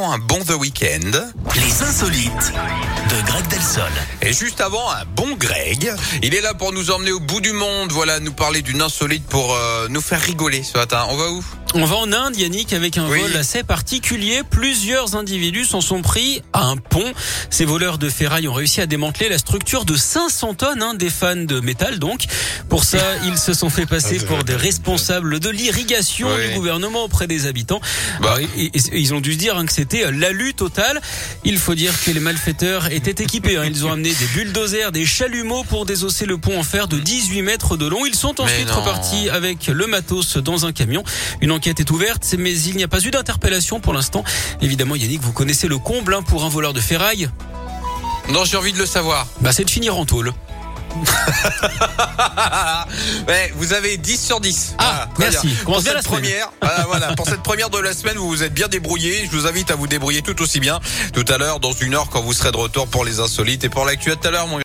avons un bon The Weeknd. Les insolites de Greg Delsol. Et juste avant, un bon Greg. Il est là pour nous emmener au bout du monde. Voilà, nous parler d'une insolite pour nous faire rigoler ce matin. On va où ? On va en Inde, Yannick, avec un vol assez particulier. Plusieurs individus s'en sont pris à un pont. Ces voleurs de ferraille ont réussi à démanteler la structure de 500 tonnes, des fans de métal donc. Pour ça, ils se sont fait passer pour des responsables de l'irrigation du gouvernement auprès des habitants. Alors, ils ont dû se dire que c'était l'alu total. Il faut dire que les malfaiteurs étaient équipés. Ils ont amené des bulldozers, des chalumeaux pour désosser le pont en fer de 18 mètres de long. Ils sont ensuite repartis avec le matos dans un camion. Une enquête est ouverte, mais il n'y a pas eu d'interpellation pour l'instant. Évidemment, Yannick, vous connaissez le comble pour un voleur de ferraille. Non, j'ai envie de le savoir. C'est de finir en tôle. Vous avez 10 sur 10. Merci. Pour cette première, pour cette première de la semaine, vous vous êtes bien débrouillé. Je vous invite à vous débrouiller tout aussi bien tout à l'heure, dans une heure, quand vous serez de retour pour les insolites et pour l'actu. À tout à l'heure, mon